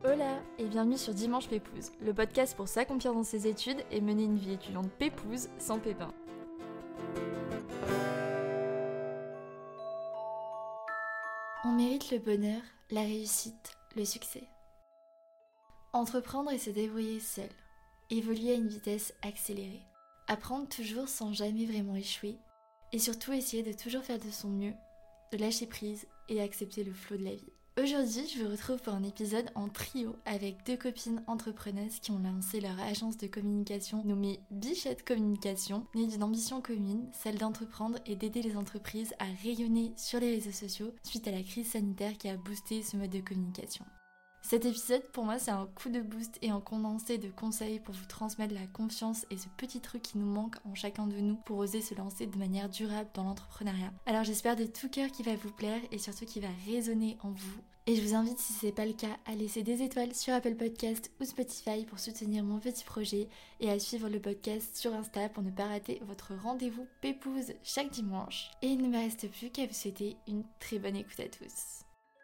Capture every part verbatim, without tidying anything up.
Hola et bienvenue sur Dimanche Pépouze, le podcast pour s'accomplir dans ses études et mener une vie étudiante pépouze sans pépins. On mérite le bonheur, la réussite, le succès. Entreprendre et se débrouiller seul, évoluer à une vitesse accélérée, apprendre toujours sans jamais vraiment échouer, et surtout essayer de toujours faire de son mieux, de lâcher prise et accepter le flot de la vie. Aujourd'hui, je vous retrouve pour un épisode en trio avec deux copines entrepreneuses qui ont lancé leur agence de communication nommée Bichette Communication, née d'une ambition commune, celle d'entreprendre et d'aider les entreprises à rayonner sur les réseaux sociaux suite à la crise sanitaire qui a boosté ce mode de communication. Cet épisode, pour moi, c'est un coup de boost et un condensé de conseils pour vous transmettre la confiance et ce petit truc qui nous manque en chacun de nous pour oser se lancer de manière durable dans l'entrepreneuriat. Alors j'espère de tout cœur qu'il va vous plaire et surtout qu'il va résonner en vous. Et je vous invite, si ce n'est pas le cas, à laisser des étoiles sur Apple Podcast ou Spotify pour soutenir mon petit projet et à suivre le podcast sur Insta pour ne pas rater votre rendez-vous pépouze chaque dimanche. Et il ne me reste plus qu'à vous souhaiter une très bonne écoute à tous.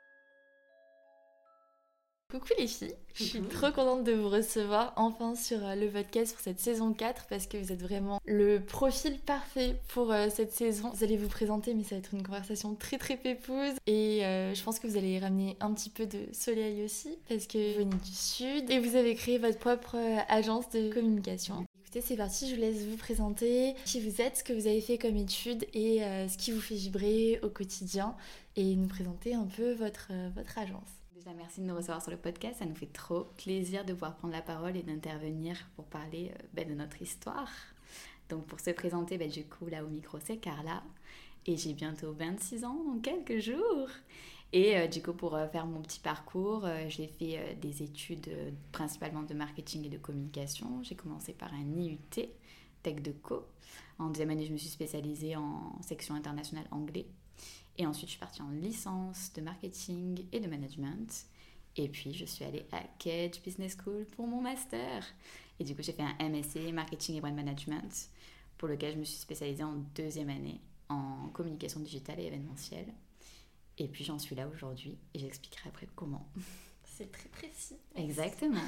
Coucou les filles, je suis trop contente de vous recevoir enfin sur le podcast pour cette saison quatre parce que vous êtes vraiment le profil parfait pour euh, cette saison. Vous allez vous présenter mais ça va être une conversation très très pépouse et euh, je pense que vous allez ramener un petit peu de soleil aussi parce que vous venez du sud et vous avez créé votre propre euh, agence de communication. Écoutez, c'est parti, je vous laisse vous présenter qui vous êtes, ce que vous avez fait comme études et euh, ce qui vous fait vibrer au quotidien et nous présenter un peu votre, euh, votre agence. Déjà, merci de nous recevoir sur le podcast. Ça nous fait trop plaisir de pouvoir prendre la parole et d'intervenir pour parler euh, ben, de notre histoire. Donc, pour se présenter, ben, du coup, là au micro, c'est Carla. Et j'ai bientôt vingt-six ans, dans quelques jours. Et euh, du coup, pour euh, faire mon petit parcours, euh, j'ai fait euh, des études euh, principalement de marketing et de communication. J'ai commencé par un I U T, Tech de Co. En deuxième année, je me suis spécialisée en section internationale anglais. Et ensuite, je suis partie en licence de marketing et de management. Et puis, je suis allée à Cage Business School pour mon master. Et du coup, j'ai fait un M S C Marketing et Brand Management pour lequel je me suis spécialisée en deuxième année en communication digitale et événementielle. Et puis, j'en suis là aujourd'hui et j'expliquerai après comment. C'est très précis. Exactement.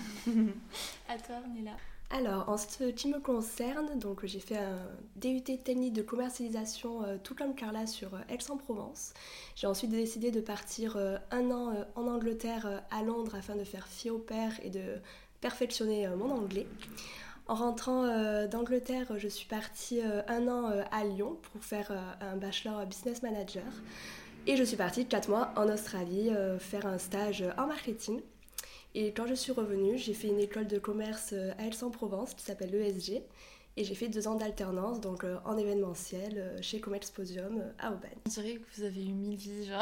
À toi, Ornella. Alors, en ce qui me concerne, donc j'ai fait un D U T technique de commercialisation, euh, tout comme Carla, sur euh, Aix-en-Provence. J'ai ensuite décidé de partir euh, un an euh, en Angleterre, euh, à Londres, afin de faire fille au pair et de perfectionner euh, mon anglais. En rentrant euh, d'Angleterre, je suis partie euh, un an euh, à Lyon pour faire euh, un bachelor business manager. Et je suis partie quatre mois en Australie euh, faire un stage en marketing. Et quand je suis revenue, j'ai fait une école de commerce à Aix-en-Provence qui s'appelle l'E S G. Et j'ai fait deux ans d'alternance donc euh, en événementiel euh, chez Comexposium euh, à Aubagne. On dirait que vous avez eu mille vies, genre.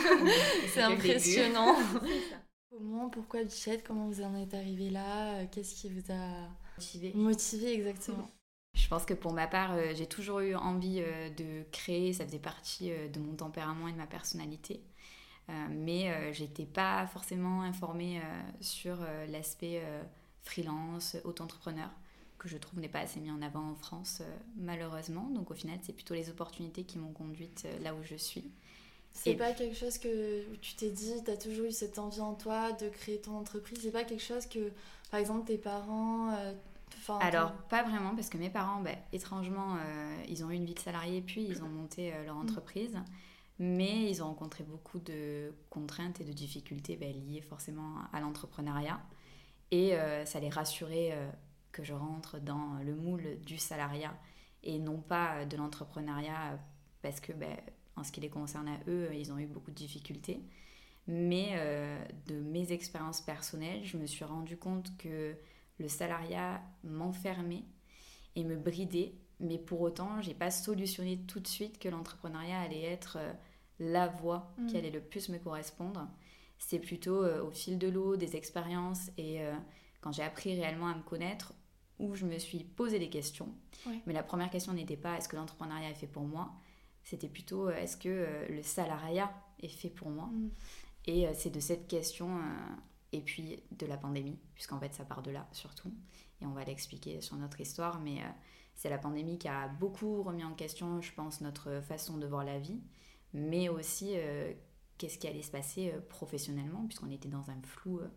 C'est impressionnant. C'est ça. Comment, pourquoi Bichette? Comment vous en êtes arrivée là? Qu'est-ce qui vous a Motivée. motivé exactement? Je pense que pour ma part, euh, j'ai toujours eu envie euh, de créer. Ça faisait partie euh, de mon tempérament et de ma personnalité. Euh, mais euh, j'étais pas forcément informée euh, sur euh, l'aspect euh, freelance, auto-entrepreneur, que je trouve n'est pas assez mis en avant en France, euh, malheureusement. Donc au final, c'est plutôt les opportunités qui m'ont conduite euh, là où je suis. C'est Et pas quelque chose que tu t'es dit, t'as toujours eu cette envie en toi de créer ton entreprise? C'est pas quelque chose que, par exemple, tes parents... Euh, Alors, pas vraiment, parce que mes parents, bah, étrangement, euh, ils ont eu une vie de salarié, puis ils ont monté euh, leur entreprise. Mmh. Mais ils ont rencontré beaucoup de contraintes et de difficultés bah, liées forcément à l'entrepreneuriat. Et euh, ça les rassurait euh, que je rentre dans le moule du salariat et non pas de l'entrepreneuriat parce que bah, en ce qui les concerne à eux, ils ont eu beaucoup de difficultés. Mais euh, de mes expériences personnelles, je me suis rendu compte que le salariat m'enfermait et me bridait. Mais pour autant, je n'ai pas solutionné tout de suite que l'entrepreneuriat allait être... Euh, la voie mmh. qui allait le plus me correspondre. C'est plutôt euh, au fil de l'eau, des expériences et euh, quand j'ai appris réellement à me connaître où je me suis posé des questions. Oui. Mais la première question n'était pas est-ce que l'entrepreneuriat est fait pour moi? C'était plutôt euh, est-ce que euh, le salariat est fait pour moi? mmh. Et euh, c'est de cette question euh, et puis de la pandémie, puisqu'en fait ça part de là surtout. Et on va l'expliquer sur notre histoire, mais euh, c'est la pandémie qui a beaucoup remis en question, je pense, notre façon de voir la vie. Mais aussi euh, qu'est-ce qui allait se passer euh, professionnellement, puisqu'on était dans un flou euh,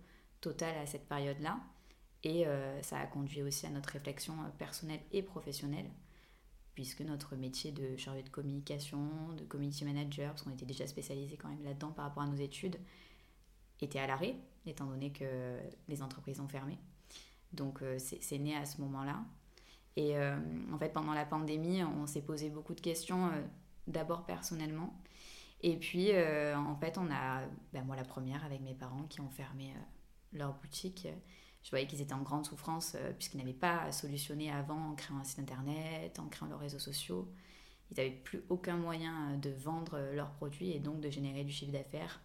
totale à cette période-là. Et euh, ça a conduit aussi à notre réflexion personnelle et professionnelle, puisque notre métier de chargé de communication, de community manager, parce qu'on était déjà spécialisé quand même là-dedans par rapport à nos études, était à l'arrêt, étant donné que les entreprises ont fermé. Donc euh, c'est, c'est né à ce moment-là. Et euh, en fait, pendant la pandémie, on s'est posé beaucoup de questions, euh, d'abord personnellement. Et puis, euh, en fait, on a, ben moi la première, avec mes parents qui ont fermé euh, leur boutique. Je voyais qu'ils étaient en grande souffrance euh, puisqu'ils n'avaient pas solutionné avant en créant un site internet, en créant leurs réseaux sociaux. Ils n'avaient plus aucun moyen de vendre leurs produits et donc de générer du chiffre d'affaires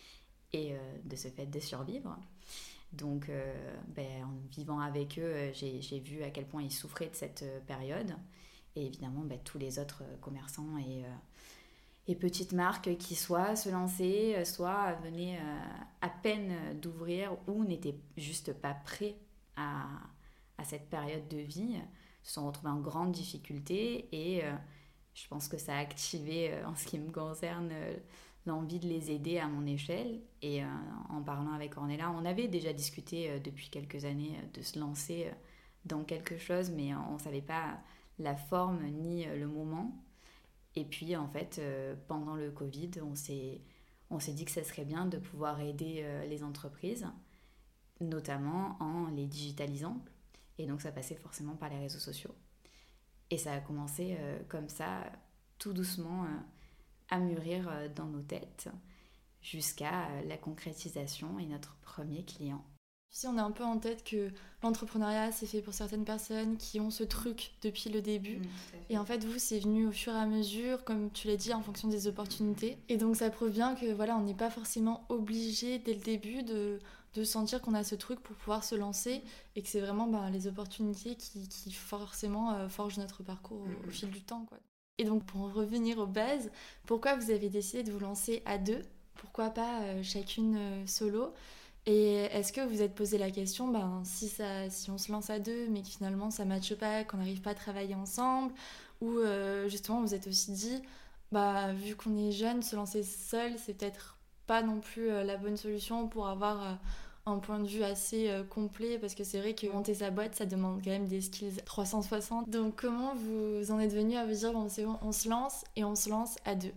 et euh, de ce fait de survivre. Donc, euh, ben, en vivant avec eux, j'ai, j'ai vu à quel point ils souffraient de cette période. Et évidemment, ben, tous les autres commerçants et, euh, et petites marques qui soit se lançaient, soit venaient euh, à peine d'ouvrir ou n'étaient juste pas prêts à, à cette période de vie, se sont retrouvés en grande difficulté. Et euh, je pense que ça a activé, euh, en ce qui me concerne, euh, l'envie de les aider à mon échelle. Et euh, en parlant avec Ornella, on avait déjà discuté euh, depuis quelques années euh, de se lancer euh, dans quelque chose, mais on ne savait pas la forme ni euh, le moment. Et puis en fait, euh, pendant le Covid, on s'est, on s'est dit que ça serait bien de pouvoir aider euh, les entreprises, notamment en les digitalisant. Et donc ça passait forcément par les réseaux sociaux. Et ça a commencé euh, comme ça, tout doucement, euh, à mûrir dans nos têtes jusqu'à la concrétisation et notre premier client. Tu sais, on a un peu en tête que l'entrepreneuriat, c'est fait pour certaines personnes qui ont ce truc depuis le début. Mmh, et en fait, vous, c'est venu au fur et à mesure, comme tu l'as dit, en fonction des opportunités. Et donc, ça prouve bien que voilà, on n'est pas forcément obligé dès le début de, de sentir qu'on a ce truc pour pouvoir se lancer et que c'est vraiment ben, les opportunités qui, qui forcément euh, forgent notre parcours au, au fil du temps, quoi. Et donc, pour en revenir aux bases, pourquoi vous avez décidé de vous lancer à deux ? Pourquoi pas euh, chacune euh, solo ? Et est-ce que vous êtes posé la question, ben, si, ça, si on se lance à deux, mais que finalement ça ne matche pas, qu'on n'arrive pas à travailler ensemble, ou euh, justement vous êtes aussi dit, bah, vu qu'on est jeune, se lancer seul, c'est peut-être pas non plus euh, la bonne solution pour avoir euh, un point de vue assez euh, complet, parce que c'est vrai que monter sa boîte, ça demande quand même des skills trois cent soixante. Donc comment vous en êtes venu à vous dire, bon c'est bon, on se lance, et on se lance à deux ?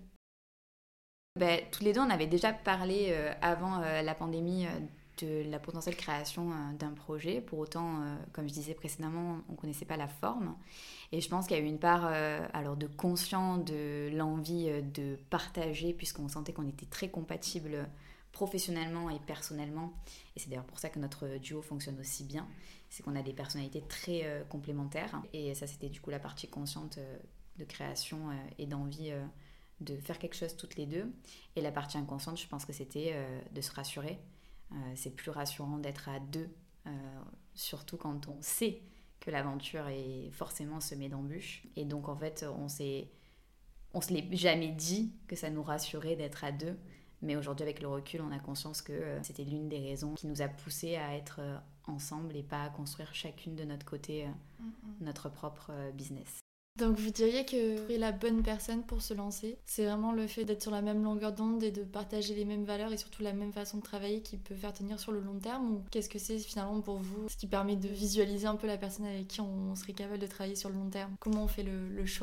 Ben, tous les deux, on avait déjà parlé euh, avant euh, la pandémie euh, de la potentielle création euh, d'un projet. Pour autant, euh, comme je disais précédemment, on ne connaissait pas la forme. Et je pense qu'il y a eu une part euh, alors de conscient de l'envie euh, de partager, puisqu'on sentait qu'on était très compatibles professionnellement et personnellement. Et c'est d'ailleurs pour ça que notre duo fonctionne aussi bien. C'est qu'on a des personnalités très euh, complémentaires. Et ça, c'était du coup la partie consciente euh, de création euh, et d'envie euh, de faire quelque chose toutes les deux. Et la partie inconsciente, je pense que c'était euh, de se rassurer. Euh, c'est plus rassurant d'être à deux, euh, surtout quand on sait que l'aventure est forcément semée d'embûches. Et donc en fait, on s'est, on se l'est jamais dit que ça nous rassurait d'être à deux. Mais aujourd'hui, avec le recul, on a conscience que euh, c'était l'une des raisons qui nous a poussés à être euh, ensemble et pas à construire chacune de notre côté euh, mm-hmm. notre propre euh, business. Donc vous diriez que trouver la bonne personne pour se lancer, c'est vraiment le fait d'être sur la même longueur d'onde et de partager les mêmes valeurs et surtout la même façon de travailler qui peut faire tenir sur le long terme, ou qu'est-ce que c'est finalement pour vous ce qui permet de visualiser un peu la personne avec qui on serait capable de travailler sur le long terme ? Comment on fait le, le choix ?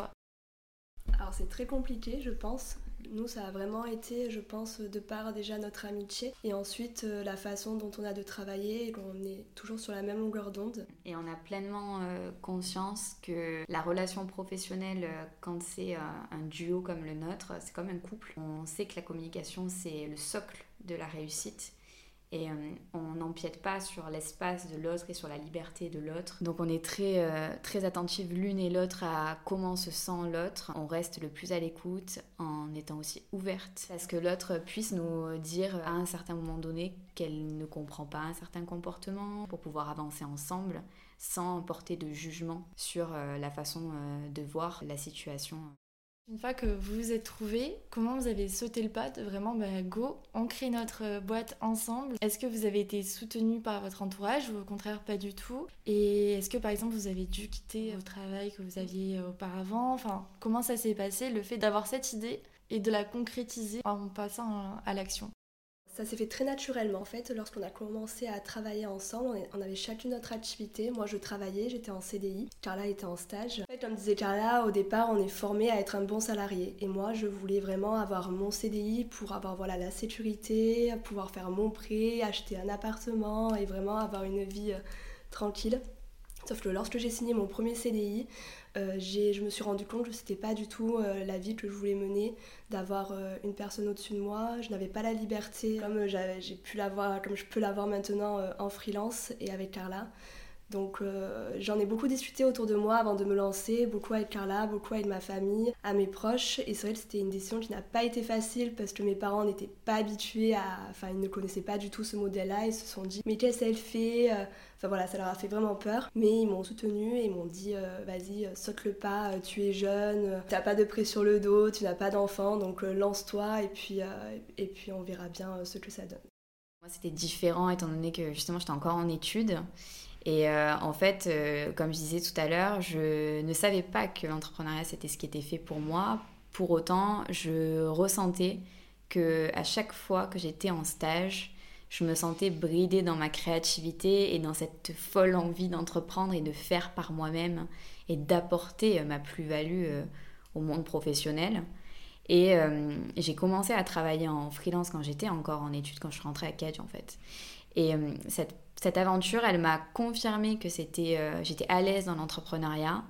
Alors c'est très compliqué, je pense. Nous, ça a vraiment été, je pense, de par déjà notre amitié et ensuite euh, la façon dont on a de travailler et qu'on est toujours sur la même longueur d'onde. Et on a pleinement euh, conscience que la relation professionnelle, euh, quand c'est euh, un duo comme le nôtre, c'est comme un couple. On sait que la communication, c'est le socle de la réussite. Et euh, on n'empiète pas sur l'espace de l'autre et sur la liberté de l'autre. Donc on est très, euh, très attentive l'une et l'autre à comment se sent l'autre. On reste le plus à l'écoute en étant aussi ouverte. Parce que l'autre puisse nous dire à un certain moment donné qu'elle ne comprend pas un certain comportement pour pouvoir avancer ensemble sans porter de jugement sur euh, la façon euh, de voir la situation. Une fois que vous vous êtes trouvés, comment vous avez sauté le pas de vraiment bah, go, on crée notre boîte ensemble ? Est-ce que vous avez été soutenu par votre entourage ou au contraire pas du tout ? Et est-ce que par exemple vous avez dû quitter le travail que vous aviez auparavant ? Enfin, comment ça s'est passé le fait d'avoir cette idée et de la concrétiser en passant à l'action ? Ça s'est fait très naturellement en fait, lorsqu'on a commencé à travailler ensemble, on avait chacune notre activité. Moi je travaillais, j'étais en C D I, Carla était en stage. En fait, comme disait Carla, au départ on est formé à être un bon salarié et moi je voulais vraiment avoir mon C D I pour avoir voilà, la sécurité, pouvoir faire mon prêt, acheter un appartement et vraiment avoir une vie euh, tranquille. Sauf que lorsque j'ai signé mon premier C D I, euh, j'ai, je me suis rendu compte que c'était pas du tout euh, la vie que je voulais mener, d'avoir euh, une personne au-dessus de moi. Je n'avais pas la liberté comme, euh, j'ai pu l'avoir, comme je peux l'avoir maintenant euh, en freelance et avec Carla. Donc euh, j'en ai beaucoup discuté autour de moi avant de me lancer, beaucoup avec Carla, beaucoup avec ma famille, à mes proches. Et c'est vrai que c'était une décision qui n'a pas été facile parce que mes parents n'étaient pas habitués à... Enfin, ils ne connaissaient pas du tout ce modèle-là. Ils se sont dit, mais qu'est-ce qu'elle fait ? Enfin voilà, ça leur a fait vraiment peur. Mais ils m'ont soutenue et ils m'ont dit, euh, vas-y, saute le pas, tu es jeune, tu n'as pas de prêt sur le dos, tu n'as pas d'enfant, donc euh, lance-toi et puis, euh, et puis on verra bien ce que ça donne. Moi, c'était différent étant donné que justement j'étais encore en études. Et euh, en fait, euh, comme je disais tout à l'heure, je ne savais pas que l'entrepreneuriat c'était ce qui était fait pour moi. Pour autant, je ressentais que à chaque fois que j'étais en stage, je me sentais bridée dans ma créativité et dans cette folle envie d'entreprendre et de faire par moi-même et d'apporter ma plus-value euh, au monde professionnel. Et euh, j'ai commencé à travailler en freelance quand j'étais encore en études, quand je suis rentrée à Kedge en fait. Et euh, cette Cette aventure, elle m'a confirmé que c'était, euh, j'étais à l'aise dans l'entrepreneuriat,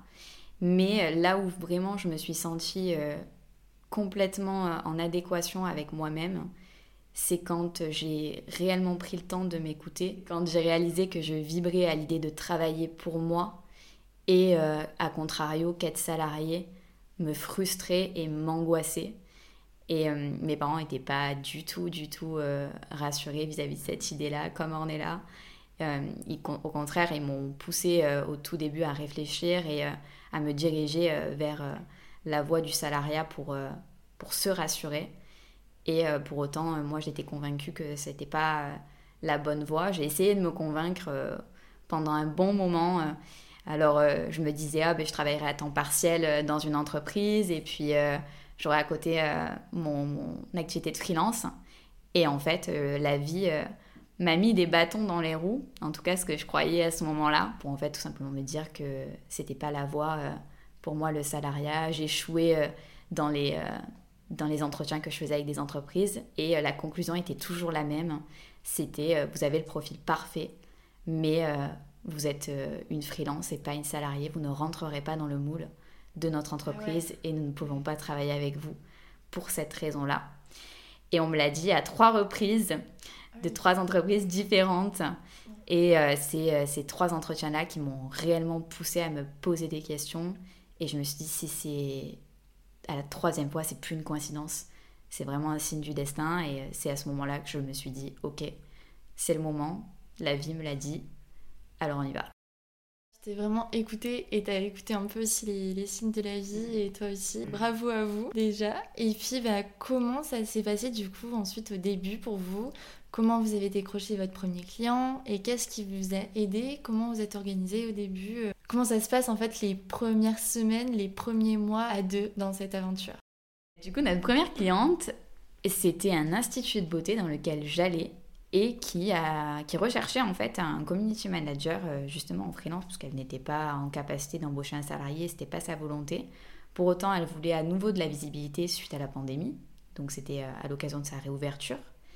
mais là où vraiment je me suis sentie euh, complètement euh, en adéquation avec moi-même, c'est quand j'ai réellement pris le temps de m'écouter, quand j'ai réalisé que je vibrais à l'idée de travailler pour moi et euh, à contrario qu'être salarié me frustrait et m'angoissait. Et euh, mes parents n'étaient pas du tout, du tout euh, rassurés vis-à-vis de cette idée-là, comme on est là. Euh, ils, au contraire, ils m'ont poussée euh, au tout début à réfléchir et euh, à me diriger euh, vers euh, la voie du salariat pour, euh, pour se rassurer. Et euh, pour autant, euh, moi, j'étais convaincue que ce n'était pas euh, la bonne voie. J'ai essayé de me convaincre euh, pendant un bon moment. Euh, alors, euh, je me disais, ah, ben, je travaillerai à temps partiel euh, dans une entreprise et puis euh, j'aurai à côté euh, mon, mon activité de freelance. Et en fait, euh, la vie... Euh, m'a mis des bâtons dans les roues, en tout cas ce que je croyais à ce moment-là, pour en fait tout simplement me dire que c'était pas la voie euh, pour moi le salariat. J'échouais euh, dans, les, euh, dans les entretiens que je faisais avec des entreprises et euh, la conclusion était toujours la même, c'était euh, vous avez le profil parfait, mais euh, vous êtes euh, une freelance et pas une salariée, vous ne rentrerez pas dans le moule de notre entreprise ouais. Et nous ne pouvons pas travailler avec vous pour cette raison-là. Et on me l'a dit à trois reprises, de trois entreprises différentes. Et euh, c'est euh, ces trois entretiens-là qui m'ont réellement poussée à me poser des questions. Et je me suis dit, si c'est à la troisième fois, c'est plus une coïncidence. C'est vraiment un signe du destin. Et c'est à ce moment-là que je me suis dit, ok, c'est le moment. La vie me l'a dit. Alors on y va. T'es vraiment écouté et t'as écouté un peu aussi les, les signes de la vie et toi aussi. Bravo à vous déjà. Et puis bah, comment ça s'est passé du coup ensuite au début pour vous ? Comment vous avez décroché votre premier client et qu'est-ce qui vous a aidé ? Comment vous êtes organisé au début ? Comment ça se passe en fait les premières semaines, les premiers mois à deux dans cette aventure ? Du coup, notre première cliente, c'était un institut de beauté dans lequel j'allais et qui, a, qui recherchait en fait un community manager justement en freelance parce qu'elle n'était pas en capacité d'embaucher un salarié, c'était pas sa volonté. Pour autant, elle voulait à nouveau de la visibilité suite à la pandémie, donc c'était à l'occasion de sa réouverture.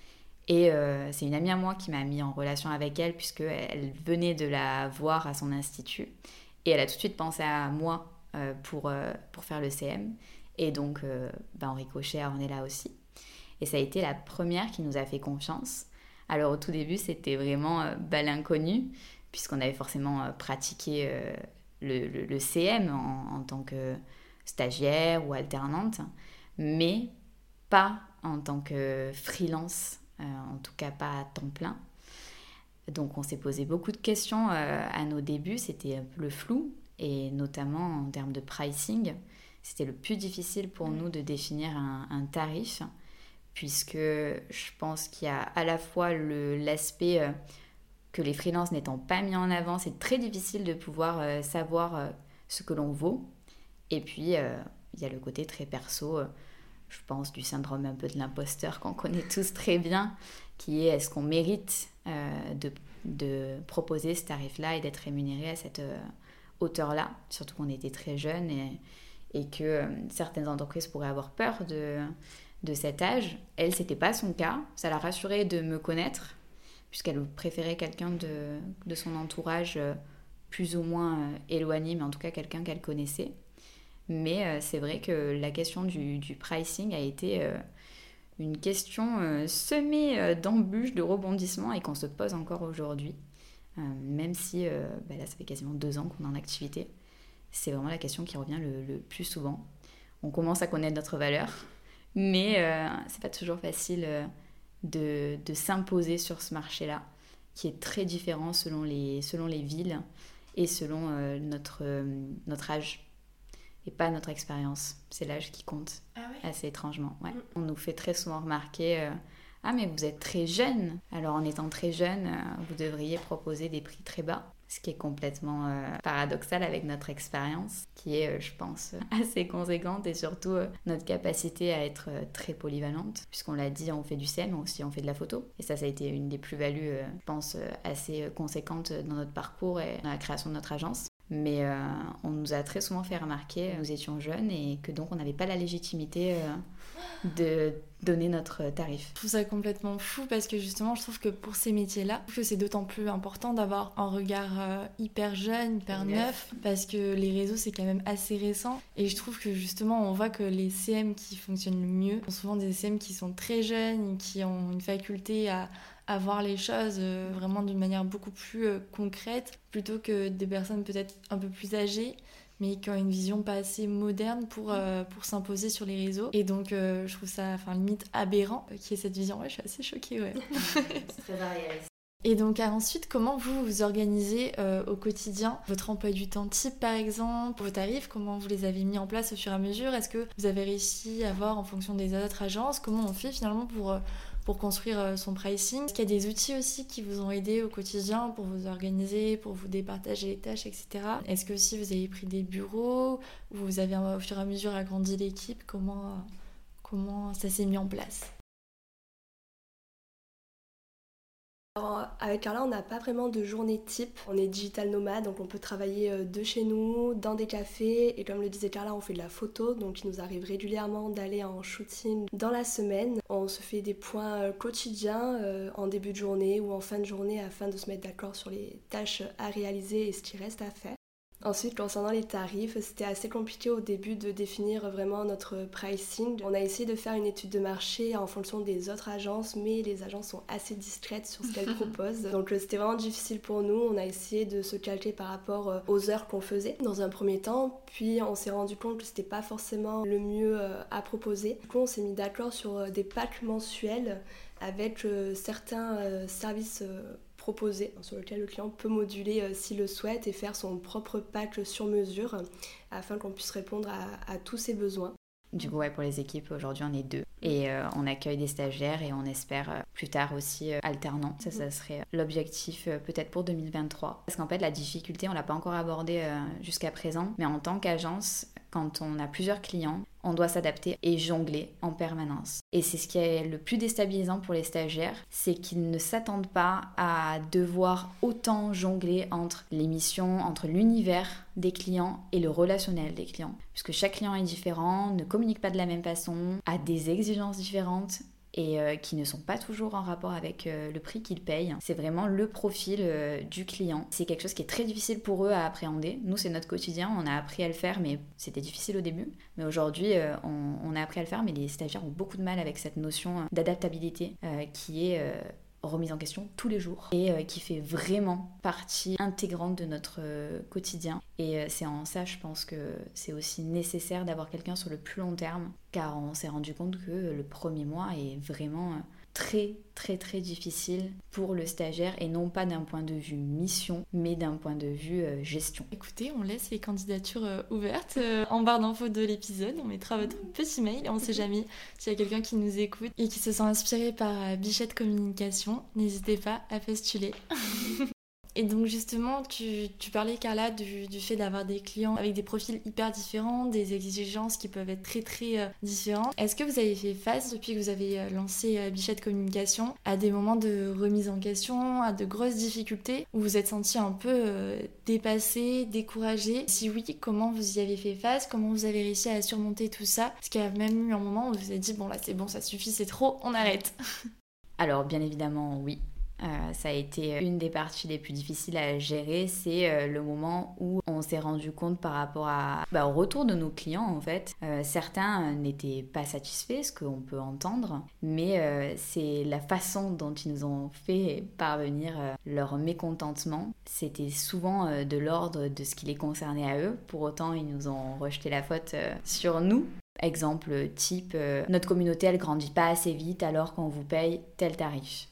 Et euh, c'est une amie à moi qui m'a mis en relation avec elle puisqu'elle venait de la voir à son institut. Et elle a tout de suite pensé à moi euh, pour, euh, pour faire le C M. Et donc, euh, ben, en ricochet, on est là aussi. Et ça a été la première qui nous a fait confiance. Alors au tout début, c'était vraiment euh, bah, l'inconnu puisqu'on avait forcément euh, pratiqué euh, le, le, le C M en, en tant que stagiaire ou alternante, mais pas en tant que freelance. Euh, en tout cas pas à temps plein. Donc on s'est posé beaucoup de questions euh, à nos débuts, c'était un peu le flou, et notamment en termes de pricing, c'était le plus difficile pour nous de définir un, un tarif, puisque je pense qu'il y a à la fois le, l'aspect euh, que les freelances n'étant pas mis en avant, c'est très difficile de pouvoir euh, savoir euh, ce que l'on vaut, et puis euh, il y a le côté très perso, euh, je pense, du syndrome un peu de l'imposteur qu'on connaît tous très bien, qui est est-ce qu'on mérite euh, de, de proposer ce tarif-là et d'être rémunéré à cette euh, hauteur-là, surtout qu'on était très jeunes et, et que euh, certaines entreprises pourraient avoir peur de, de cet âge. Elle, c'était pas son cas. Ça l'a rassurée de me connaître, puisqu'elle préférait quelqu'un de, de son entourage euh, plus ou moins euh, éloigné, mais en tout cas quelqu'un qu'elle connaissait. Mais euh, c'est vrai que la question du, du pricing a été euh, une question euh, semée euh, d'embûches, de rebondissements et qu'on se pose encore aujourd'hui. Euh, même si euh, bah là, ça fait quasiment deux ans qu'on est en activité. C'est vraiment la question qui revient le, le plus souvent. On commence à connaître notre valeur, mais euh, c'est pas toujours facile euh, de, de s'imposer sur ce marché-là, qui est très différent selon les, selon les villes et selon euh, notre, euh, notre âge. Et pas notre expérience, c'est l'âge qui compte. Ah ouais. Assez étrangement, ouais. On nous fait très souvent remarquer euh, ah mais vous êtes très jeune, alors en étant très jeune, euh, vous devriez proposer des prix très bas. Ce qui est complètement euh, paradoxal avec notre expérience, qui est, euh, je pense, assez conséquente et surtout euh, notre capacité à être euh, très polyvalente. Puisqu'on l'a dit, on fait du S E M, mais aussi on fait de la photo. Et ça, ça a été une des plus-values, euh, je pense, euh, assez conséquentes dans notre parcours et dans la création de notre agence. Mais euh, on nous a très souvent fait remarquer que nous étions jeunes et que donc on n'avait pas la légitimité euh, de donner notre tarif. Je trouve ça complètement fou parce que justement je trouve que pour ces métiers-là, je trouve que c'est d'autant plus important d'avoir un regard euh, hyper jeune, hyper neuf. neuf, parce que les réseaux c'est quand même assez récent et je trouve que justement on voit que les C M qui fonctionnent le mieux sont souvent des C M qui sont très jeunes, qui ont une faculté à à voir les choses euh, vraiment d'une manière beaucoup plus euh, concrète, plutôt que des personnes peut-être un peu plus âgées, mais qui ont une vision pas assez moderne pour, euh, pour s'imposer sur les réseaux. Et donc, euh, je trouve ça enfin, limite aberrant euh, qu'il y ait cette vision. Ouais, je suis assez choquée, ouais. C'est très varié. Et donc ensuite, comment vous vous organisez euh, au quotidien votre emploi du temps type par exemple, vos tarifs, comment vous les avez mis en place au fur et à mesure? Est-ce que vous avez réussi à voir en fonction des autres agences? Comment on fait finalement pour... Euh, pour construire son pricing? Est-ce qu'il y a des outils aussi qui vous ont aidé au quotidien pour vous organiser, pour vous départager les tâches, et cetera. Est-ce que aussi vous avez pris des bureaux ou vous avez au fur et à mesure agrandi l'équipe? Comment, comment ça s'est mis en place? Alors, avec Carla, on n'a pas vraiment de journée type. On est digital nomade, donc on peut travailler de chez nous, dans des cafés. Et comme le disait Carla, on fait de la photo, donc il nous arrive régulièrement d'aller en shooting dans la semaine. On se fait des points quotidiens euh, en début de journée ou en fin de journée afin de se mettre d'accord sur les tâches à réaliser et ce qui reste à faire. Ensuite, concernant les tarifs, c'était assez compliqué au début de définir vraiment notre pricing. On a essayé de faire une étude de marché en fonction des autres agences, mais les agences sont assez discrètes sur ce qu'elles proposent. Donc c'était vraiment difficile pour nous. On a essayé de se calquer par rapport aux heures qu'on faisait dans un premier temps, puis on s'est rendu compte que c'était pas forcément le mieux à proposer. Du coup, on s'est mis d'accord sur des packs mensuels avec certains services proposé, sur lequel le client peut moduler euh, s'il le souhaite et faire son propre pack sur mesure euh, afin qu'on puisse répondre à, à tous ses besoins. Du coup, ouais, pour les équipes, aujourd'hui, on est deux. Et euh, on accueille des stagiaires et on espère euh, plus tard aussi euh, alternants. Ça, ça serait l'objectif euh, peut-être pour deux mille vingt-trois. Parce qu'en fait, la difficulté, on ne l'a pas encore abordée euh, jusqu'à présent. Mais en tant qu'agence, quand on a plusieurs clients, on doit s'adapter et jongler en permanence. Et c'est ce qui est le plus déstabilisant pour les stagiaires, c'est qu'ils ne s'attendent pas à devoir autant jongler entre les missions, entre l'univers des clients et le relationnel des clients. Puisque chaque client est différent, ne communique pas de la même façon, a des exigences différentes et euh, qui ne sont pas toujours en rapport avec euh, le prix qu'ils payent. C'est vraiment le profil euh, du client. C'est quelque chose qui est très difficile pour eux à appréhender. Nous, c'est notre quotidien, on a appris à le faire, mais c'était difficile au début. Mais aujourd'hui, euh, on, on a appris à le faire, mais les stagiaires ont beaucoup de mal avec cette notion euh, d'adaptabilité euh, qui est... Euh, remise en question tous les jours et euh, qui fait vraiment partie intégrante de notre euh, quotidien. Et euh, c'est en ça, je pense que c'est aussi nécessaire d'avoir quelqu'un sur le plus long terme, car on s'est rendu compte que le premier mois est vraiment euh, très très très difficile pour le stagiaire, et non pas d'un point de vue mission, mais d'un point de vue euh, gestion. Écoutez, on laisse les candidatures euh, ouvertes euh, en barre d'infos de l'épisode. On mettra votre petit mail et on ne sait jamais s'il y a quelqu'un qui nous écoute et qui se sent inspiré par euh, Bichette Communication. N'hésitez pas à postuler. Et donc justement, tu, tu parlais Carla du, du fait d'avoir des clients avec des profils hyper différents, des exigences qui peuvent être très très euh, différentes. Est-ce que vous avez fait face, depuis que vous avez euh, lancé euh, Bichette Communication, à des moments de remise en question, à de grosses difficultés, où vous vous êtes senti un peu euh, dépassé, découragé? Si oui, comment vous y avez fait face? Comment vous avez réussi à surmonter tout ça? Parce qu'il y a même eu un moment où vous vous êtes dit, bon là c'est bon, ça suffit, c'est trop, on arrête. Alors bien évidemment oui, euh, ça a été une des parties les plus difficiles à gérer, c'est euh, le moment où on s'est rendu compte par rapport à, bah, au retour de nos clients en fait. Euh, certains n'étaient pas satisfaits, ce qu'on peut entendre, mais euh, c'est la façon dont ils nous ont fait parvenir euh, leur mécontentement. C'était souvent euh, de l'ordre de ce qui les concernait à eux, pour autant ils nous ont rejeté la faute euh, sur nous. Exemple type, euh, notre communauté elle grandit pas assez vite alors qu'on vous paye tel tarif.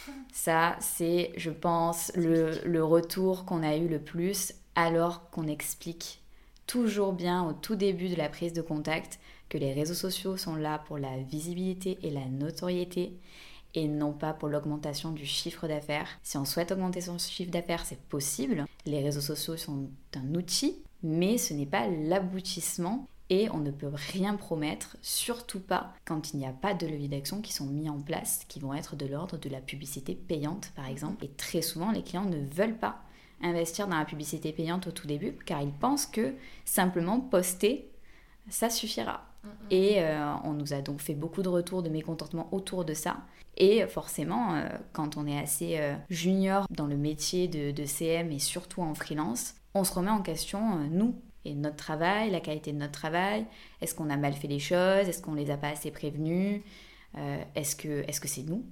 Ça c'est, je pense, le, le retour qu'on a eu le plus, alors qu'on explique toujours bien au tout début de la prise de contact que les réseaux sociaux sont là pour la visibilité et la notoriété et non pas pour l'augmentation du chiffre d'affaires. Si on souhaite augmenter son chiffre d'affaires, c'est possible. Les réseaux sociaux sont un outil, mais ce n'est pas l'aboutissement. Et on ne peut rien promettre, surtout pas quand il n'y a pas de leviers d'action qui sont mis en place, qui vont être de l'ordre de la publicité payante par exemple. Et très souvent, les clients ne veulent pas investir dans la publicité payante au tout début, car ils pensent que simplement poster, ça suffira. Mm-hmm. Et euh, on nous a donc fait beaucoup de retours de mécontentement autour de ça. Et forcément, euh, quand on est assez euh, junior dans le métier de, de C M et surtout en freelance, on se remet en question, euh, nous, et notre travail, la qualité de notre travail. Est-ce qu'on a mal fait les choses? Est-ce qu'on les a pas assez prévenus? euh, Est-ce que, est-ce que c'est nous?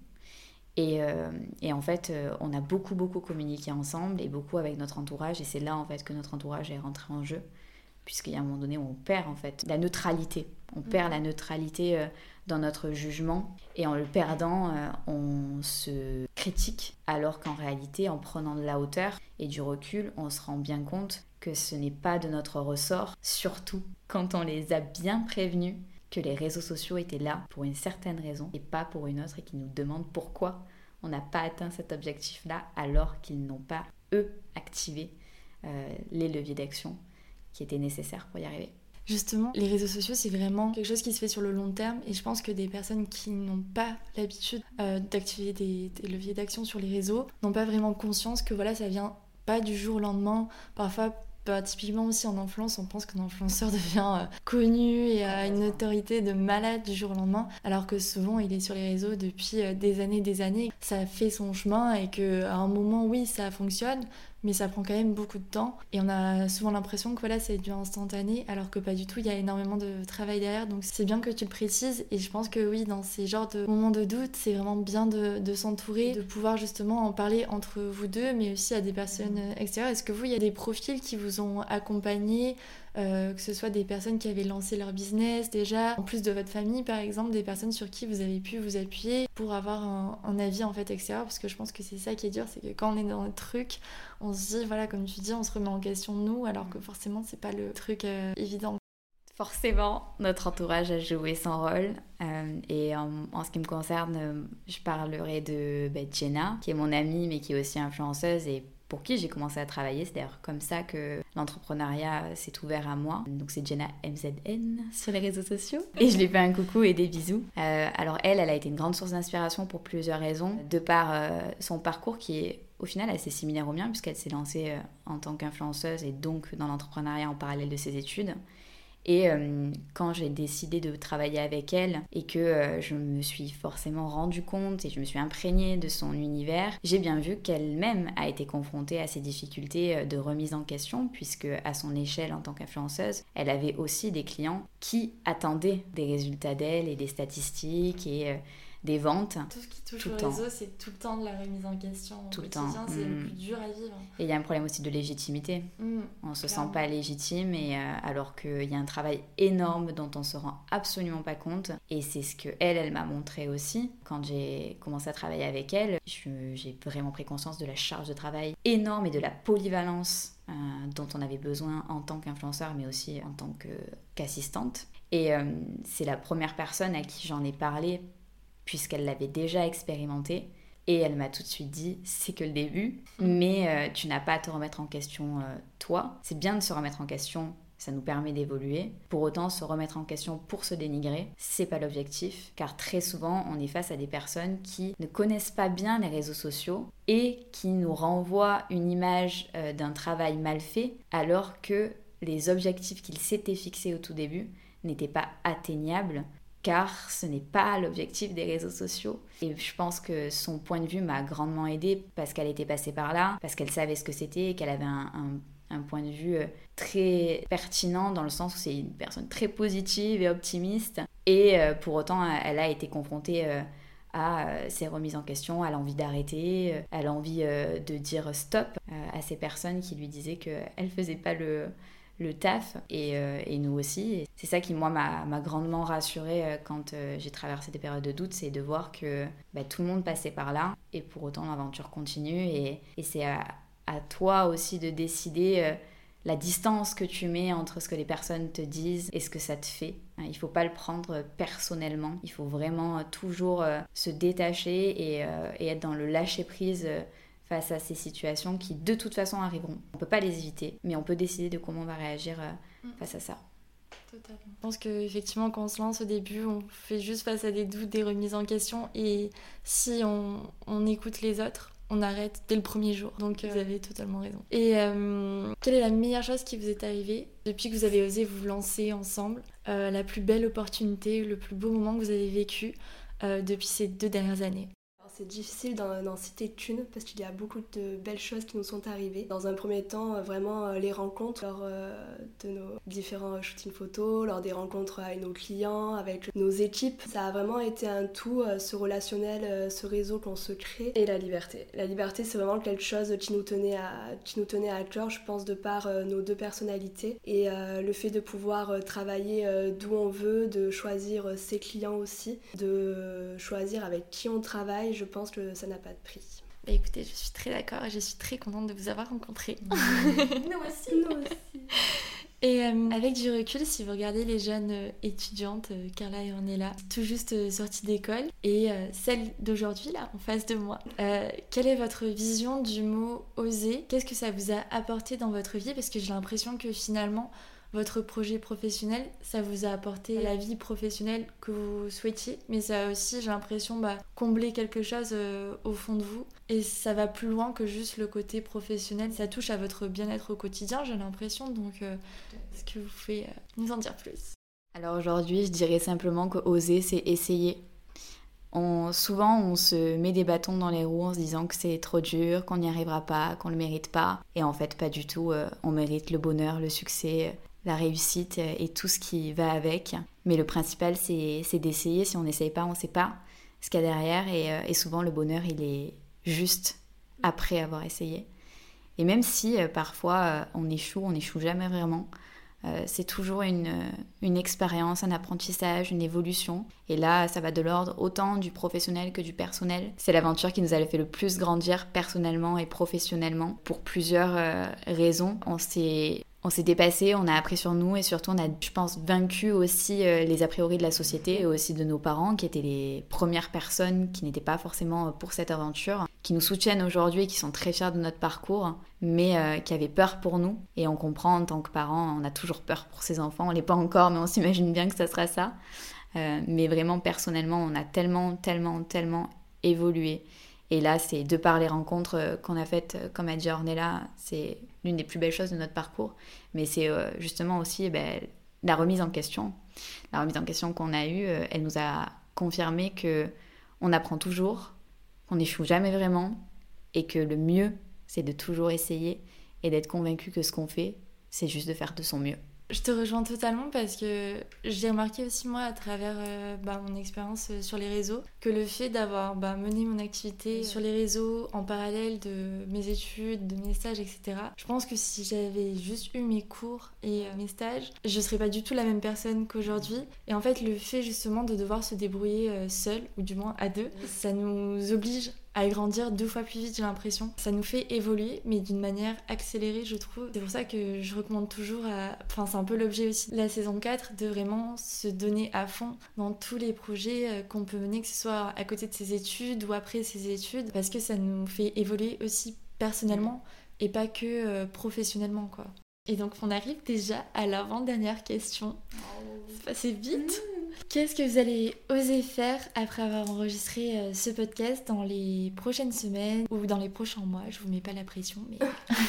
et, euh, et en fait, euh, on a beaucoup, beaucoup communiqué ensemble et beaucoup avec notre entourage. Et c'est là, en fait, que notre entourage est rentré en jeu. Puisqu'il y a un moment donné où on perd, en fait, la neutralité. On perd la neutralité euh, dans notre jugement. Et en le perdant, euh, on se critique. Alors qu'en réalité, en prenant de la hauteur et du recul, on se rend bien compte que ce n'est pas de notre ressort, surtout quand on les a bien prévenus que les réseaux sociaux étaient là pour une certaine raison et pas pour une autre, et qu'ils nous demandent pourquoi on n'a pas atteint cet objectif-là alors qu'ils n'ont pas, eux, activé euh, les leviers d'action qui étaient nécessaires pour y arriver. Justement, les réseaux sociaux, c'est vraiment quelque chose qui se fait sur le long terme, et je pense que des personnes qui n'ont pas l'habitude euh, d'activer des, des leviers d'action sur les réseaux n'ont pas vraiment conscience que voilà, ça vient pas du jour au lendemain. Parfois, bah, typiquement aussi en influence, on pense qu'un influenceur devient euh, connu et a une notoriété de malade du jour au lendemain, alors que souvent il est sur les réseaux depuis euh, des années des années. Ça fait son chemin et qu'à un moment, oui, ça fonctionne, mais ça prend quand même beaucoup de temps. Et on a souvent l'impression que voilà, c'est du instantané, alors que pas du tout, il y a énormément de travail derrière. Donc c'est bien que tu le précises, et je pense que oui, dans ces genres de moments de doute, c'est vraiment bien de, de s'entourer, de pouvoir justement en parler entre vous deux, mais aussi à des personnes extérieures. Est-ce que vous, il y a des profils qui vous ont accompagné, euh, que ce soit des personnes qui avaient lancé leur business déjà, en plus de votre famille par exemple, des personnes sur qui vous avez pu vous appuyer pour avoir un, un avis en fait extérieur? Parce que je pense que c'est ça qui est dur, c'est que quand on est dans le truc, on se dit, voilà, comme tu dis, on se remet en question nous, alors que forcément c'est pas le truc euh, évident. Forcément, notre entourage a joué son rôle. Euh, et en, en ce qui me concerne, je parlerai de bah, Jenna, qui est mon amie, mais qui est aussi influenceuse et pour qui j'ai commencé à travailler. C'est d'ailleurs comme ça que l'entrepreneuriat s'est ouvert à moi. Donc c'est Jenna M Z N sur les réseaux sociaux. Et je lui fais un coucou et des bisous. Euh, alors elle, elle a été une grande source d'inspiration pour plusieurs raisons. De par euh, son parcours qui est au final assez similaire au mien, puisqu'elle s'est lancée euh, en tant qu'influenceuse et donc dans l'entrepreneuriat en parallèle de ses études. Et euh, quand j'ai décidé de travailler avec elle et que euh, je me suis forcément rendu compte et je me suis imprégnée de son univers, j'ai bien vu qu'elle-même a été confrontée à ces difficultés de remise en question, puisque à son échelle en tant qu'influenceuse, elle avait aussi des clients qui attendaient des résultats d'elle et des statistiques et euh, des ventes. Tout ce qui touche au réseau, c'est tout le temps de la remise en question. Tout au le temps. C'est mmh. le plus dur à vivre. Et il y a un problème aussi de légitimité. Mmh, on ne se clairement. sent pas légitime, et, euh, alors qu'il y a un travail énorme dont on ne se rend absolument pas compte. Et c'est ce qu'elle, elle, elle m'a montré aussi. Quand j'ai commencé à travailler avec elle, je, j'ai vraiment pris conscience de la charge de travail énorme et de la polyvalence euh, dont on avait besoin en tant qu'influenceur, mais aussi en tant que, qu'assistante. Et euh, c'est la première personne à qui j'en ai parlé, puisqu'elle l'avait déjà expérimenté, Et elle m'a tout de suite dit, c'est que le début, mais euh, tu n'as pas à te remettre en question euh, toi. C'est bien de se remettre en question, ça nous permet d'évoluer. Pour autant, se remettre en question pour se dénigrer, c'est pas l'objectif. Car très souvent, on est face à des personnes qui ne connaissent pas bien les réseaux sociaux et qui nous renvoient une image euh, d'un travail mal fait, alors que les objectifs qu'ils s'étaient fixés au tout début n'étaient pas atteignables. Car ce n'est pas l'objectif des réseaux sociaux. Et je pense que son point de vue m'a grandement aidée parce qu'elle était passée par là, parce qu'elle savait ce que c'était et qu'elle avait un, un, un point de vue très pertinent dans le sens où c'est une personne très positive et optimiste. Et pour autant, elle a été confrontée à ses remises en question, à l'envie d'arrêter, à l'envie de dire stop à ces personnes qui lui disaient qu'elle ne faisait pas le... le taf et, euh, et nous aussi. Et c'est ça qui, moi, m'a, m'a grandement rassurée euh, quand euh, j'ai traversé des périodes de doute, c'est de voir que bah, tout le monde passait par là et pour autant l'aventure continue et, et c'est à, à toi aussi de décider euh, la distance que tu mets entre ce que les personnes te disent et ce que ça te fait. Hein, il ne faut pas le prendre personnellement, il faut vraiment euh, toujours euh, se détacher et, euh, et être dans le lâcher-prise euh, face à ces situations qui de toute façon arriveront. On ne peut pas les éviter, mais on peut décider de comment on va réagir euh, face à ça. Totalement. Je pense qu'effectivement, quand on se lance au début, on fait juste face à des doutes, des remises en question, et si on, on écoute les autres, on arrête dès le premier jour. Donc euh, vous avez totalement raison. Et euh, quelle est la meilleure chose qui vous est arrivée depuis que vous avez osé vous lancer ensemble, euh, la plus belle opportunité, le plus beau moment que vous avez vécu euh, depuis ces deux dernières années? C'est difficile d'en, d'en citer qu'une parce qu'il y a beaucoup de belles choses qui nous sont arrivées. Dans un premier temps, vraiment les rencontres lors de nos différents shootings photos, lors des rencontres avec nos clients, avec nos équipes. Ça a vraiment été un tout, ce relationnel, ce réseau qu'on se crée et la liberté. La liberté, c'est vraiment quelque chose qui nous tenait à, qui nous tenait à cœur, je pense, de par nos deux personnalités. Et euh, le fait de pouvoir travailler d'où on veut, de choisir ses clients aussi, de choisir avec qui on travaille, je pense que ça n'a pas de prix. Bah écoutez, je suis très d'accord et je suis très contente de vous avoir rencontré. Nous aussi, nous aussi. Et euh, avec du recul, si vous regardez les jeunes euh, étudiantes, euh, Carla et Ornella, tout juste euh, sorties d'école, et euh, celle d'aujourd'hui, là, en face de moi, euh, quelle est votre vision du mot « oser » ? Qu'est-ce que ça vous a apporté dans votre vie ? Parce que j'ai l'impression que finalement, votre projet professionnel, ça vous a apporté la vie professionnelle que vous souhaitiez, mais ça a aussi, j'ai l'impression, bah, comblé quelque chose euh, au fond de vous. Et ça va plus loin que juste le côté professionnel. Ça touche à votre bien-être au quotidien, j'ai l'impression. Donc, euh, est-ce que vous pouvez euh, nous en dire plus ? Alors aujourd'hui, je dirais simplement que oser, c'est essayer. On, souvent, on se met des bâtons dans les roues en se disant que c'est trop dur, qu'on n'y arrivera pas, qu'on ne le mérite pas. Et en fait, pas du tout. Euh, on mérite le bonheur, le succès, la réussite et tout ce qui va avec. Mais le principal, c'est, c'est d'essayer. Si on n'essaye pas, on ne sait pas ce qu'il y a derrière. Et, et souvent, le bonheur, il est juste après avoir essayé. Et même si euh, parfois euh, on échoue, on n'échoue jamais vraiment, euh, c'est toujours une, une expérience, un apprentissage, une évolution. Et là, ça va de l'ordre autant du professionnel que du personnel. C'est l'aventure qui nous a fait le plus grandir personnellement et professionnellement pour plusieurs euh, raisons. On s'est... On s'est dépassé, on a appris sur nous et surtout on a, je pense, vaincu aussi euh, les a priori de la société et aussi de nos parents qui étaient les premières personnes qui n'étaient pas forcément pour cette aventure, qui nous soutiennent aujourd'hui et qui sont très fiers de notre parcours, mais euh, qui avaient peur pour nous. Et on comprend en tant que parents, on a toujours peur pour ses enfants, on l'est pas encore, mais on s'imagine bien que ça sera ça. Euh, mais vraiment, personnellement, on a tellement, tellement, tellement évolué. Et là, c'est de par les rencontres qu'on a faites, comme a dit Ornella, c'est l'une des plus belles choses de notre parcours. Mais c'est euh, justement aussi eh ben, la remise en question. La remise en question qu'on a eue, euh, elle nous a confirmé qu'on apprend toujours, qu'on n'échoue jamais vraiment, et que le mieux, c'est de toujours essayer et d'être convaincu que ce qu'on fait, c'est juste de faire de son mieux. Je te rejoins totalement parce que j'ai remarqué aussi moi à travers euh, bah, mon expérience sur les réseaux que le fait d'avoir bah, mené mon activité sur les réseaux en parallèle de mes études, de mes stages, et cetera. Je pense que si j'avais juste eu mes cours et euh, mes stages, je serais pas du tout la même personne qu'aujourd'hui. Et en fait, le fait justement de devoir se débrouiller euh, seul, ou du moins à deux, ça nous oblige à grandir deux fois plus vite, j'ai l'impression. Ça nous fait évoluer, mais d'une manière accélérée, je trouve. C'est pour ça que je recommande toujours à... Enfin, c'est un peu l'objet aussi de la saison quatre, de vraiment se donner à fond dans tous les projets qu'on peut mener, que ce soit à côté de ses études ou après ses études, parce que ça nous fait évoluer aussi personnellement et pas que euh, professionnellement, quoi. Et donc, on arrive déjà à l'avant-dernière question. C'est passé vite. Qu'est-ce que vous allez oser faire après avoir enregistré euh, ce podcast dans les prochaines semaines ou dans les prochains mois? Je vous mets pas la pression, mais...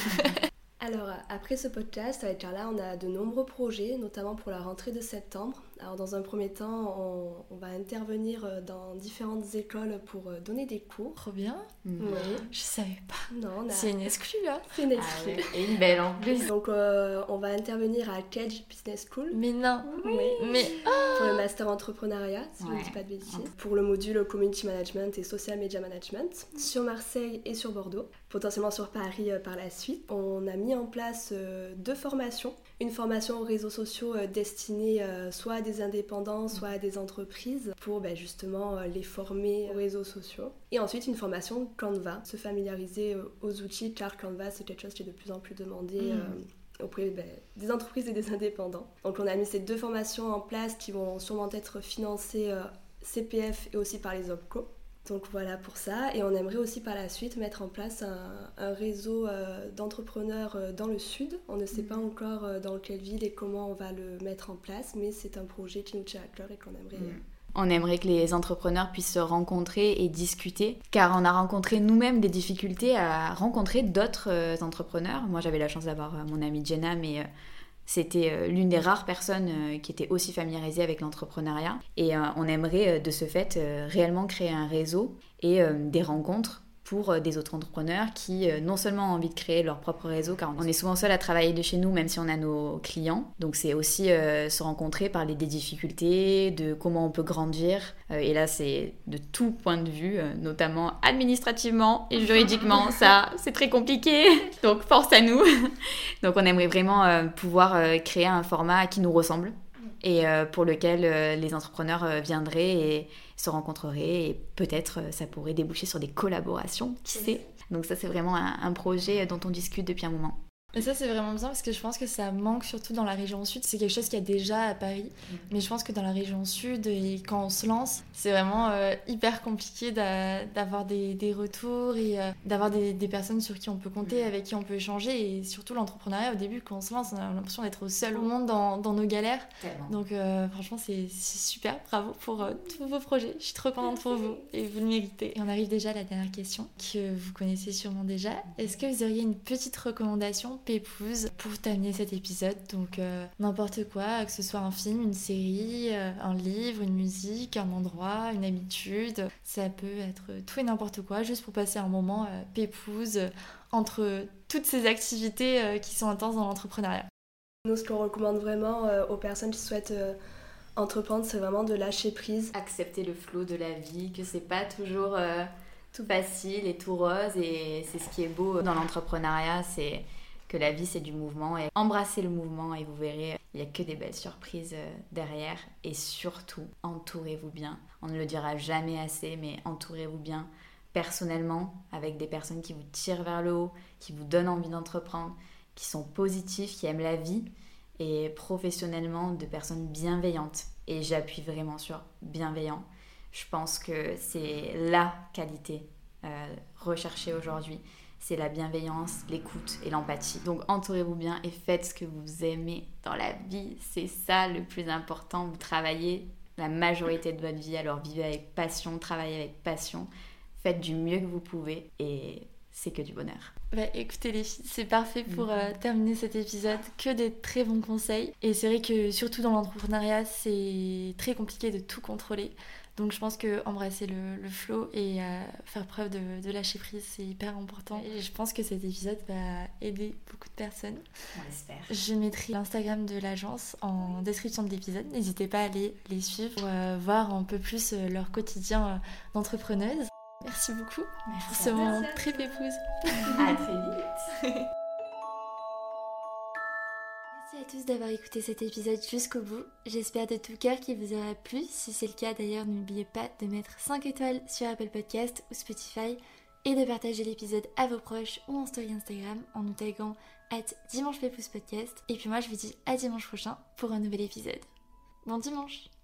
Alors, après ce podcast, avec Carla, on a de nombreux projets, notamment pour la rentrée de septembre. Alors, dans un premier temps, on, on va intervenir dans différentes écoles pour donner des cours. Trop bien. Mmh. Oui. Je savais pas. Non, on a... C'est une exclue, là. C'est une exclue. Ah ouais. Et une belle en plus. Donc, euh, on va intervenir à Cage Business School. Mais non. Oui. Mais... Pour le master entrepreneuriat, si ouais. je ne dis pas de bêtises. Pour le module Community Management et Social Media Management. Sur Marseille et sur Bordeaux. Potentiellement sur Paris euh, par la suite. On a mis en place euh, deux formations. Une formation aux réseaux sociaux euh, destinée euh, soit à des indépendants, soit à des entreprises pour ben, justement euh, les former aux réseaux sociaux. Et ensuite une formation Canva, se familiariser euh, aux outils car Canva c'est quelque chose qui est de plus en plus demandé mmh. euh, auprès ben, des entreprises et des indépendants. Donc on a mis ces deux formations en place qui vont sûrement être financées euh, C P F et aussi par les OPCO. Donc voilà pour ça, et on aimerait aussi par la suite mettre en place un, un réseau euh, d'entrepreneurs euh, dans le sud. On ne sait pas encore euh, dans quelle ville et comment on va le mettre en place, mais c'est un projet qui nous tient à cœur et qu'on aimerait... Mmh. On aimerait que les entrepreneurs puissent se rencontrer et discuter, car on a rencontré nous-mêmes des difficultés à rencontrer d'autres euh, entrepreneurs. Moi j'avais la chance d'avoir euh, mon amie Jenna, mais... Euh, C'était euh, l'une des rares personnes euh, qui était aussi familiarisée avec l'entrepreneuriat. Et euh, on aimerait euh, de ce fait euh, réellement créer un réseau et euh, des rencontres pour euh, des autres entrepreneurs qui euh, non seulement ont envie de créer leur propre réseau, car on est souvent seul à travailler de chez nous, même si on a nos clients. Donc c'est aussi euh, se rencontrer, parler des difficultés, de comment on peut grandir. Euh, et là, c'est de tout point de vue, euh, notamment administrativement et juridiquement. Ça, c'est très compliqué. Donc force à nous. Donc on aimerait vraiment euh, pouvoir euh, créer un format qui nous ressemble et euh, pour lequel euh, les entrepreneurs euh, viendraient et se rencontreraient et peut-être euh, ça pourrait déboucher sur des collaborations, qui sait. Donc ça c'est vraiment un, un projet dont on discute depuis un moment. Et ça c'est vraiment bien parce que je pense que ça manque surtout dans la région sud. C'est quelque chose qu'il y a déjà à Paris, mmh. mais je pense que dans la région sud, et quand on se lance, c'est vraiment euh, hyper compliqué d'a, d'avoir des, des retours et euh, d'avoir des, des personnes sur qui on peut compter, avec qui on peut échanger. Et surtout l'entrepreneuriat, au début quand on se lance, on a l'impression d'être seul au monde dans, dans nos galères. Tellement. Donc euh, franchement c'est, c'est super, bravo pour euh, tous vos projets. Je suis trop contente pour vous et vous le méritez. Et on arrive déjà à la dernière question que vous connaissez sûrement déjà. Est-ce que vous auriez une petite recommandation Pépouze pour terminer cet épisode? Donc euh, n'importe quoi, que ce soit un film, une série, euh, un livre, une musique, un endroit, une habitude, ça peut être tout et n'importe quoi, juste pour passer un moment euh, pépouze euh, entre toutes ces activités euh, qui sont intenses dans l'entrepreneuriat. Nous, ce qu'on recommande vraiment euh, aux personnes qui souhaitent euh, entreprendre, c'est vraiment de lâcher prise. Accepter le flow de la vie, que c'est pas toujours euh, tout facile et tout rose, et c'est ce qui est beau dans l'entrepreneuriat, c'est que la vie c'est du mouvement, et embrassez le mouvement et vous verrez, il n'y a que des belles surprises derrière. Et surtout, entourez-vous bien. On ne le dira jamais assez, mais entourez-vous bien personnellement avec des personnes qui vous tirent vers le haut, qui vous donnent envie d'entreprendre, qui sont positifs, qui aiment la vie, et professionnellement de personnes bienveillantes. Et j'appuie vraiment sur bienveillant. Je pense que c'est la qualité euh, recherchée aujourd'hui. C'est la bienveillance, l'écoute et l'empathie. Donc entourez-vous bien et faites ce que vous aimez dans la vie. C'est ça le plus important. Vous travaillez la majorité de votre vie, alors vivez avec passion, travaillez avec passion. Faites du mieux que vous pouvez et c'est que du bonheur. Bah, écoutez les filles, c'est parfait pour euh, terminer cet épisode. Que des très bons conseils. Et c'est vrai que surtout dans l'entrepreneuriat, c'est très compliqué de tout contrôler. Donc je pense qu'embrasser le, le flow et euh, faire preuve de, de lâcher prise, c'est hyper important. Et je pense que cet épisode va aider beaucoup de personnes. On l'espère. Je mettrai l'Instagram de l'agence en description de l'épisode. N'hésitez pas à aller les suivre pour euh, voir un peu plus euh, leur quotidien euh, d'entrepreneuse. Merci beaucoup Merci pour ce moment très pépouze. À très vite. Merci à tous d'avoir écouté cet épisode jusqu'au bout. J'espère de tout cœur qu'il vous aura plu. Si c'est le cas d'ailleurs, n'oubliez pas de mettre cinq étoiles sur Apple Podcast ou Spotify. et de partager l'épisode à vos proches ou en story Instagram en nous taguant at dimanche pépouze podcast. Et puis moi je vous dis à dimanche prochain pour un nouvel épisode. Bon dimanche!